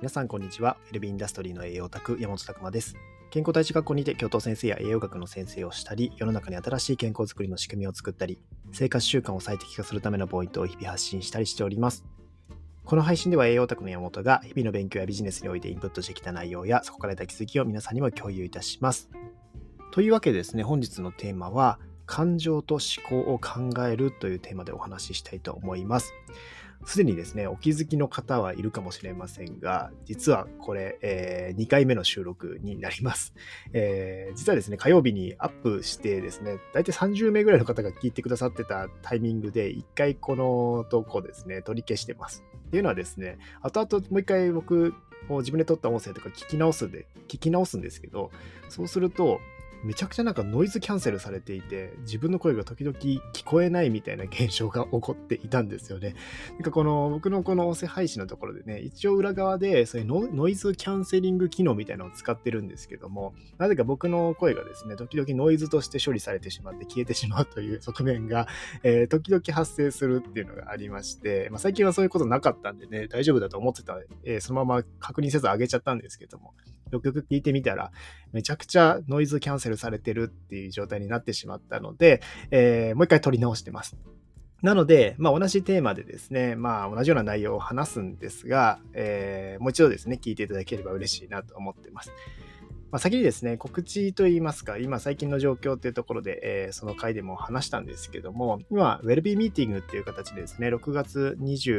皆さんこんにちは。ウェルビーインダストリーの栄養オタク、山本拓馬です。健康第一学校にて教頭先生や栄養学の先生をしたり、世の中に新しい健康づくりの仕組みを作ったり、生活習慣を最適化するためのポイントを日々発信したりしております。この配信では栄養オタクの山本が日々の勉強やビジネスにおいてインプットしてきた内容やそこから得た気づきを皆さんにも共有いたします。というわけでですね、本日のテーマは感情と思考を考えるというテーマでお話ししたいと思います。すでにですね、お気づきの方はいるかもしれませんが、実はこれ、2回目の収録になります。実はですね、火曜日にアップしてですね、だいたい30名ぐらいの方が聞いてくださってたタイミングで、1回この投稿ですね、取り消してます。っていうのはですね、後々もう1回僕、自分で撮った音声とか聞き直すんですけど、そうすると、めちゃくちゃノイズキャンセルされていて、自分の声が時々聞こえないみたいな現象が起こっていたんですよね。僕のこの音声配信のところでね、一応裏側でそういうノイズキャンセリング機能みたいなのを使ってるんですけども、なぜか僕の声がですね、時々ノイズとして処理されてしまって消えてしまうという側面が、時々発生するっていうのがありまして、最近はそういうことなかったんでね、大丈夫だと思ってた、そのまま確認せず上げちゃったんですけども、よくよく聞いてみたら、めちゃくちゃノイズキャンセルされてるっていう状態になってしまったので、もう一回取り直してます。なので、同じテーマでですね、同じような内容を話すんですが、もう一度ですね、聞いていただければ嬉しいなと思っています。先にですね、告知といいますか、今最近の状況というところで、その回でも話したんですけども、今、ウェルビーミーティングっていう形でですね、6月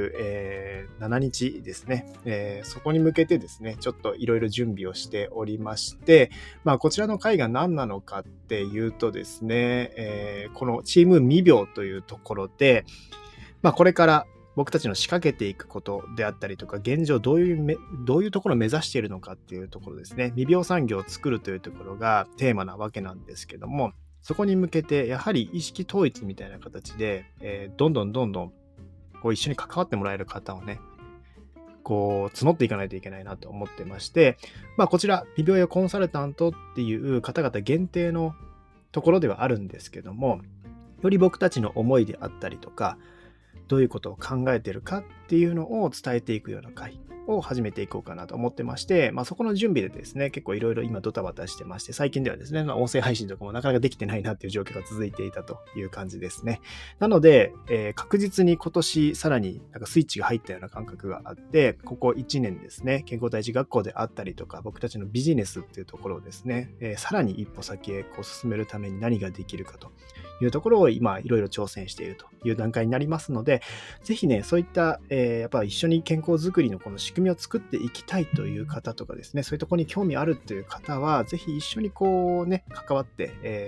27日ですね、そこに向けてですね、ちょっといろいろ準備をしておりまして、こちらの回が何なのかっていうとですね、このチーム未病というところで、これから僕たちの仕掛けていくことであったりとか、現状どういうところを目指しているのかっていうところですね。未病産業を作るというところがテーマなわけなんですけども、そこに向けてやはり意識統一みたいな形で、どんどんこう一緒に関わってもらえる方をね、こう募っていかないといけないなと思ってまして、こちら未病やコンサルタントっていう方々限定のところではあるんですけども、より僕たちの思いであったりとか、どういうことを考えているかっていうのを伝えていくような回を始めていこうかなと思ってまして、そこの準備でですね、結構いろいろ今ドタバタしてまして、最近ではですね、音声配信とかもなかなかできてないなっていう状況が続いていたという感じですね。なので、確実に今年さらにスイッチが入ったような感覚があって、ここ1年ですね、健康第一学校であったりとか、僕たちのビジネスっていうところをですね、さらに一歩先へ進めるために何ができるかというところを今いろいろ挑戦しているという段階になりますので、ぜひね、そういった、やっぱ一緒に健康づくりのこの仕組みを作っていきたいという方とかですね、そういうところに興味あるという方は、ぜひ一緒にこうね、関わって、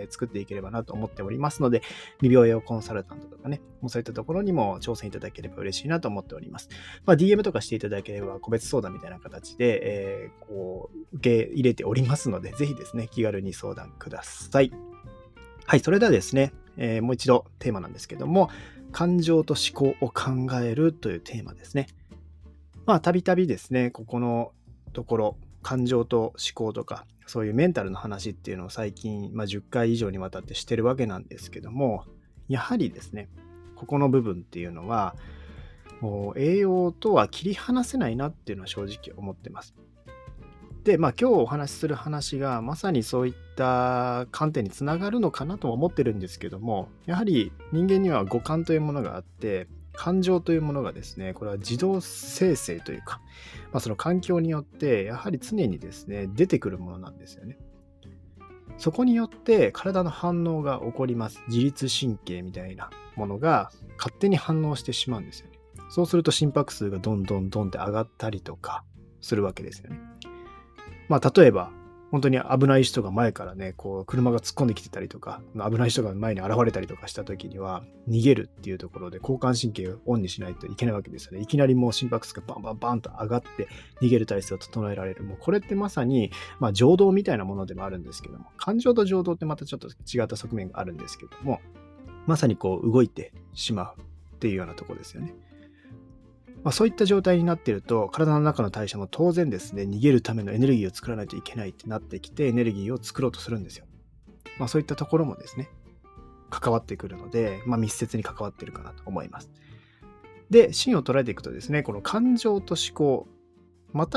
作っていければなと思っておりますので、未病用コンサルタントとかね、もうそういったところにも挑戦いただければ嬉しいなと思っております。DM とかしていただければ個別相談みたいな形で、こう受け入れておりますので、ぜひですね、気軽に相談ください。はい、それではですね、もう一度テーマなんですけども、感情と思考を考えるというテーマですね。たびたびですね、ここのところ、感情と思考とか、そういうメンタルの話っていうのを最近、10回以上にわたってしてるわけなんですけども、やはりですね、ここの部分っていうのは、もう栄養とは切り離せないなっていうのは正直思ってます。で、今日お話しする話がまさにそういった観点につながるのかなとも思ってるんですけども、やはり人間には五感というものがあって、感情というものがですね、これは自動生成というか、その環境によってやはり常にですね、出てくるものなんですよね。そこによって体の反応が起こります。自律神経みたいなものが勝手に反応してしまうんですよね。そうすると心拍数がどんどんって上がったりとかするわけですよね。例えば、本当に危ない人が前からね、こう、車が突っ込んできてたりとか、危ない人が前に現れたりとかした時には、逃げるっていうところで交感神経をオンにしないといけないわけですよね。いきなりもう心拍数がバンバンバンと上がって、逃げる体制を整えられる。もうこれってまさに、情動みたいなものでもあるんですけども、感情と情動ってまたちょっと違った側面があるんですけども、まさにこう、動いてしまうっていうようなところですよね。そういった状態になっていると、体の中の代謝も当然ですね、逃げるためのエネルギーを作らないといけないってなってきて、エネルギーを作ろうとするんですよ。そういったところもですね、関わってくるので、密接に関わっているかなと思います。で、芯を捉えていくとですね、この感情と思考、また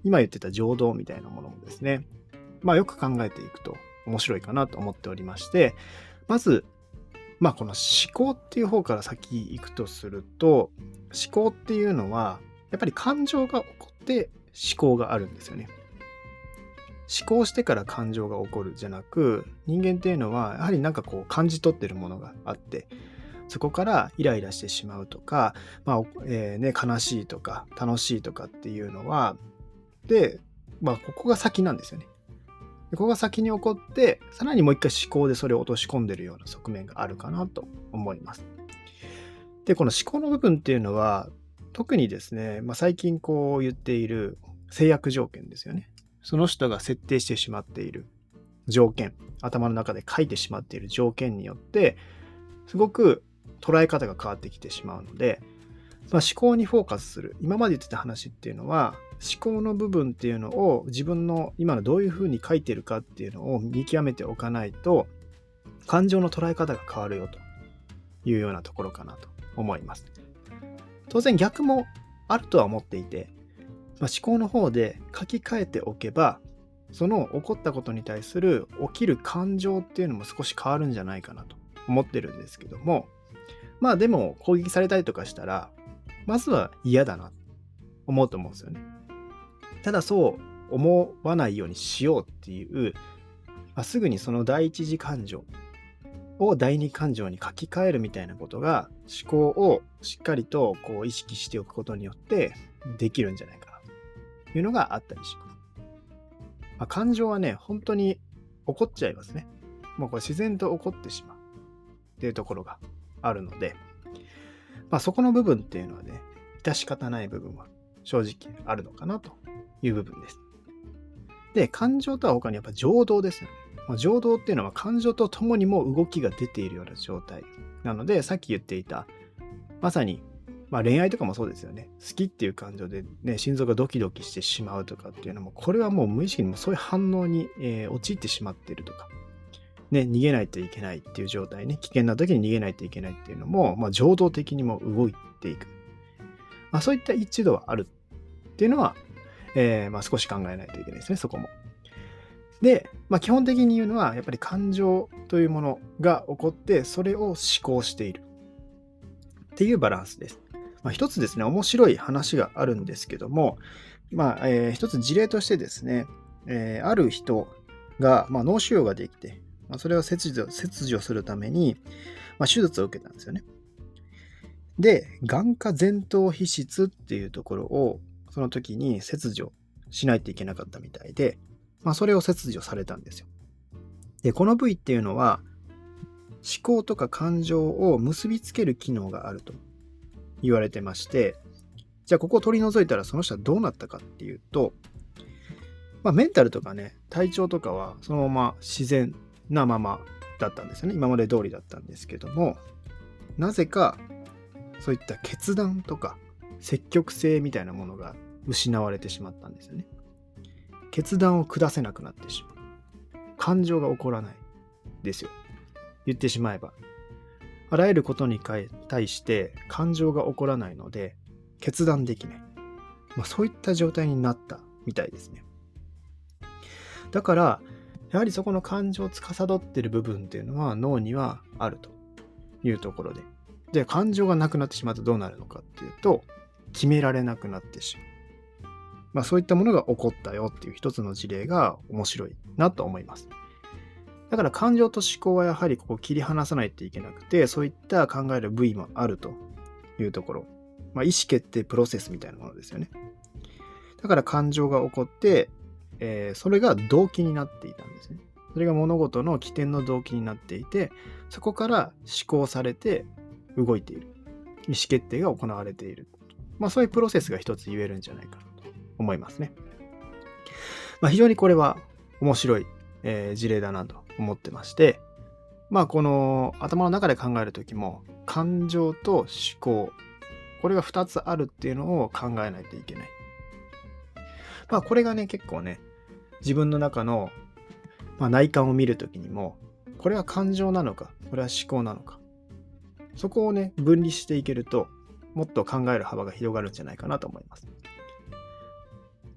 今言ってた情動みたいなものもですね、よく考えていくと面白いかなと思っておりまして、まず、この思考っていう方から先行くとすると、思考っていうのは、やっぱり感情が起こって思考があるんですよね。思考してから感情が起こるじゃなく、人間っていうのは、やはり感じ取ってるものがあって、そこからイライラしてしまうとか、悲しいとか楽しいとかっていうのは、ここが先なんですよね。ここが先に起こって、さらにもう一回思考でそれを落とし込んでるような側面があるかなと思います。で、この思考の部分っていうのは、特にですね、最近言っている制約条件ですよね。その人が設定してしまっている条件、頭の中で書いてしまっている条件によって、すごく捉え方が変わってきてしまうので、思考にフォーカスする。今まで言ってた話っていうのは、思考の部分っていうのを自分の今のどういうふうに書いてるかっていうのを見極めておかないと、感情の捉え方が変わるよというようなところかなと思います。当然逆もあるとは思っていて、思考の方で書き換えておけば、その起こったことに対する起きる感情っていうのも少し変わるんじゃないかなと思ってるんですけども、でも攻撃されたりとかしたら、まずは嫌だなと思うと思うんですよね。ただそう思わないようにしようっていう、すぐにその第一次感情を第二感情に書き換えるみたいなことが、思考をしっかりと意識しておくことによってできるんじゃないかなというのがあったりします。感情はね、本当に起こっちゃいますね。もうこれ自然と起こってしまうっていうところがあるので、そこの部分っていうのはね、致し方ない部分は正直あるのかなという部分です。で、感情とは他にやっぱ情動ですよね。情動っていうのは感情とともにも動きが出ているような状態なので、さっき言っていた、まさに、恋愛とかもそうですよね。好きっていう感情でね、心臓がドキドキしてしまうとかっていうのも、これはもう無意識にもそういう反応に、陥ってしまっているとか、ね、逃げないといけないっていう状態ね、危険な時に逃げないといけないっていうのも、情動的にも動いていく。そういった一致度はあるっていうのは、少し考えないといけないですね、そこも。で、基本的に言うのは、やっぱり感情というものが起こって、それを思考しているっていうバランスです。一つですね、面白い話があるんですけども、一つ事例としてですね、ある人が、脳腫瘍ができて、それを切除するために、手術を受けたんですよね。で、眼下前頭皮質っていうところを、その時に切除しないといけなかったみたいで、それを切除されたんですよ。で、この部位っていうのは、思考とか感情を結びつける機能があると言われてまして、じゃあここを取り除いたらその人はどうなったかっていうと、メンタルとかね、体調とかはそのまま自然なままだったんですよね。今まで通りだったんですけども、なぜかそういった決断とか積極性みたいなものが失われてしまったんですよね。決断を下せなくなってしまう。感情が起こらないですよ。言ってしまえば。あらゆることに対して感情が起こらないので決断できない。そういった状態になったみたいですね。だから、やはりそこの感情を司っている部分っていうのは脳にはあるというところで。で、感情がなくなってしまうとどうなるのかっていうと、決められなくなってしまう。そういったものが起こったよっていう一つの事例が面白いなと思います。だから感情と思考はやはりここ切り離さないといけなくて、そういった考える部位もあるというところ。意思決定プロセスみたいなものですよね。だから感情が起こって、それが動機になっていたんですね。それが物事の起点の動機になっていて、そこから思考されて動いている。意思決定が行われている。そういうプロセスが一つ言えるんじゃないかなと思いますね。非常にこれは面白い、事例だなと思ってまして、この頭の中で考えるときも、感情と思考、これが2つあるっていうのを考えないといけない。これがね、結構ね、自分の中の、内観を見るときにも、これは感情なのか、これは思考なのか。そこをね、分離していけると、もっと考える幅が広がるんじゃないかなと思います。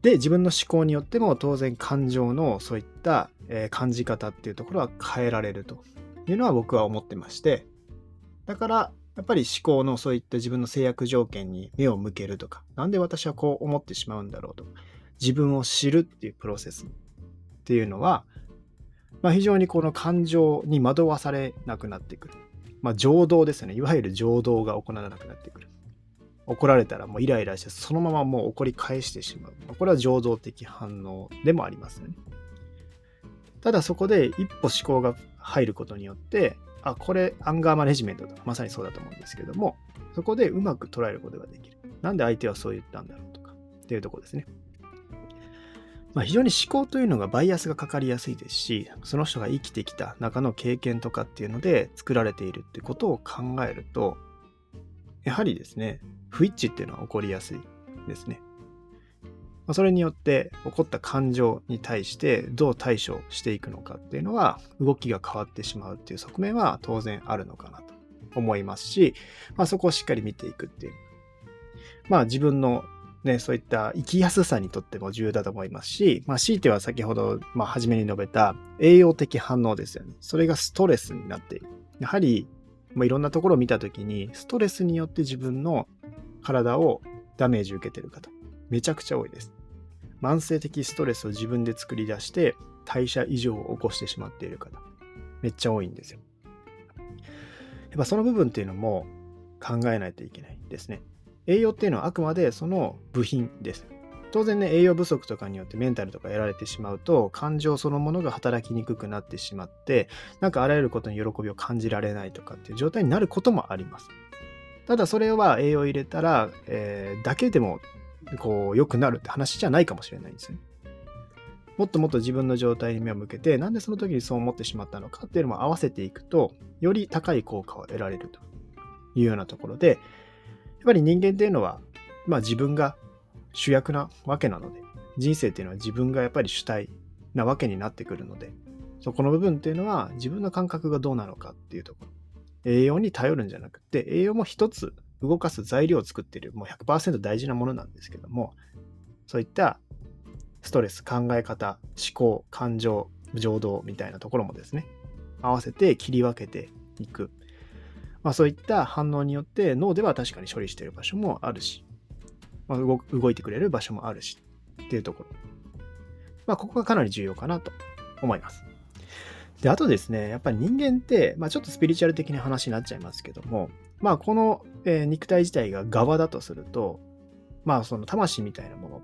で、自分の思考によっても当然感情のそういった、感じ方っていうところは変えられるというのは僕は思ってまして、だからやっぱり思考のそういった自分の制約条件に目を向けるとか、なんで私はこう思ってしまうんだろうとか、自分を知るっていうプロセスっていうのは、非常にこの感情に惑わされなくなってくる。情動ですよね。いわゆる情動が行わなくなってくる。怒られたらもうイライラしてそのままもう怒り返してしまう。これは情動的反応でもありますよね。ただそこで一歩思考が入ることによって、これアンガーマネジメントとかまさにそうだと思うんですけども、そこでうまく捉えることができる。なんで相手はそう言ったんだろうとかっていうところですね。非常に思考というのがバイアスがかかりやすいですし、その人が生きてきた中の経験とかっていうので作られているってことを考えると、やはりですね、不一致っていうのは起こりやすいですね。それによって起こった感情に対してどう対処していくのかっていうのは動きが変わってしまうっていう側面は当然あるのかなと思いますし、そこをしっかり見ていくっていう。自分のね、そういった生きやすさにとっても重要だと思いますし、強いては先ほど、初めに述べた栄養的反応ですよね。それがストレスになっている。やはり、いろんなところを見たときに、ストレスによって自分の体をダメージ受けている方、めちゃくちゃ多いです。慢性的ストレスを自分で作り出して、代謝異常を起こしてしまっている方、めっちゃ多いんですよ。やっぱその部分っていうのも考えないといけないですね。栄養っていうのはあくまでその部品です。当然ね、栄養不足とかによってメンタルとかやられてしまうと、感情そのものが働きにくくなってしまって、あらゆることに喜びを感じられないとかっていう状態になることもあります。ただそれは栄養を入れたら、だけでも良くなるって話じゃないかもしれないんですね。もっともっと自分の状態に目を向けて、なんでその時にそう思ってしまったのかっていうのも合わせていくと、より高い効果を得られるというようなところで、やっぱり人間っていうのは、自分が主役なわけなので、人生っていうのは自分がやっぱり主体なわけになってくるので、そこの部分っていうのは自分の感覚がどうなのかっていうところ。栄養に頼るんじゃなくて、栄養も一つ動かす材料を作っている、もう 100% 大事なものなんですけども、そういったストレス、考え方、思考、感情、情動みたいなところもですね、合わせて切り分けていく。そういった反応によって脳では確かに処理している場所もあるし、動いてくれる場所もあるしっていうところ。ここがかなり重要かなと思います。で、あとですね、やっぱり人間って、ちょっとスピリチュアル的な話になっちゃいますけども、この、肉体自体が側だとすると、その魂みたいなものって、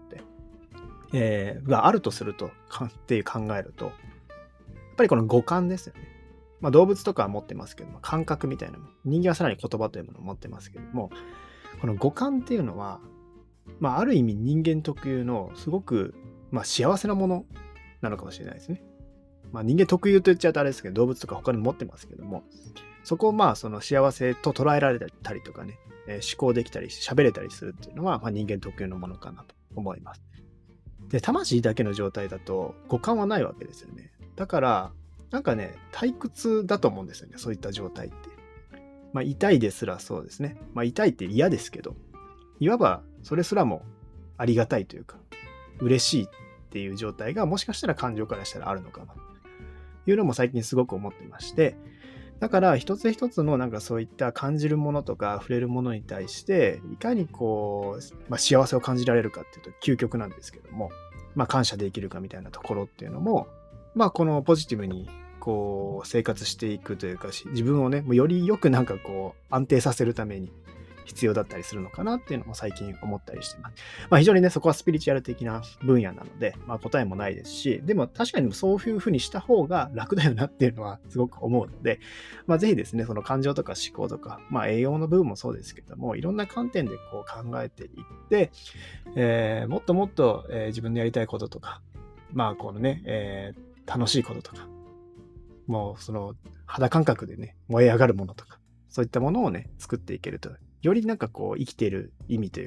があるとするとっていう考えると、やっぱりこの五感ですよね。動物とかは持ってますけども、感覚みたいなもの、人間はさらに言葉というものを持ってますけども、この五感っていうのは、ある意味人間特有のすごく、幸せなものなのかもしれないですね。人間特有と言っちゃうとあれですけど、動物とか他にも持ってますけども、そこをその幸せと捉えられたりとかね、思考できたり喋れたりするっていうのは、人間特有のものかなと思います。で、魂だけの状態だと五感はないわけですよね。だから退屈だと思うんですよね、そういった状態って。痛いですらそうですね。痛いって嫌ですけど、いわばそれすらもありがたいというか、嬉しいっていう状態がもしかしたら感情からしたらあるのかなというのも最近すごく思ってまして、だから一つ一つのそういった感じるものとか触れるものに対して、いかに幸せを感じられるかっていうと究極なんですけども、感謝できるかみたいなところっていうのも、このポジティブに生活していくというか、自分をね、よりよく安定させるために必要だったりするのかなっていうのも最近思ったりしてます。非常にね、そこはスピリチュアル的な分野なので、答えもないですし、でも確かにそういう風にした方が楽だよなっていうのはすごく思うので、ぜひですね、その感情とか思考とか、栄養の部分もそうですけども、いろんな観点で考えていって、もっともっと、自分のやりたいこととか、このね、楽しいこととか、もうその肌感覚でね、燃え上がるものとか、そういったものをね、作っていけると、より生きている意味というか、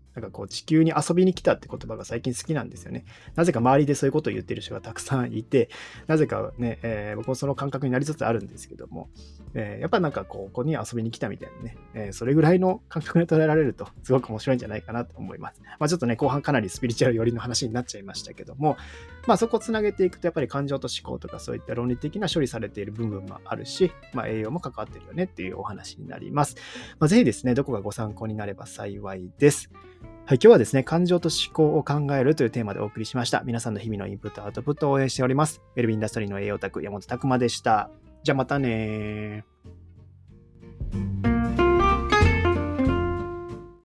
なんかこう地球に遊びに来たって言葉が最近好きなんですよね。なぜか周りでそういうことを言ってる人がたくさんいて、なぜかね、僕もその感覚になりつつあるんですけども、やっぱなんかここに遊びに来たみたいなね、それぐらいの感覚で捉えられるとすごく面白いんじゃないかなと思います。ちょっとね、後半かなりスピリチュアル寄りの話になっちゃいましたけども、そこをつなげていくとやっぱり感情と思考とかそういった論理的な処理されている部分もあるし、栄養も関わってるよねっていうお話になります。ぜひですね、どこがご参考になれば幸いです。はい、今日はですね、感情と思考を考えるというテーマでお送りしました。皆さんの日々のインプット、アウトプットを応援しております。ウェルビーインダストリーの栄養オタク、山本拓馬でした。じゃあまたね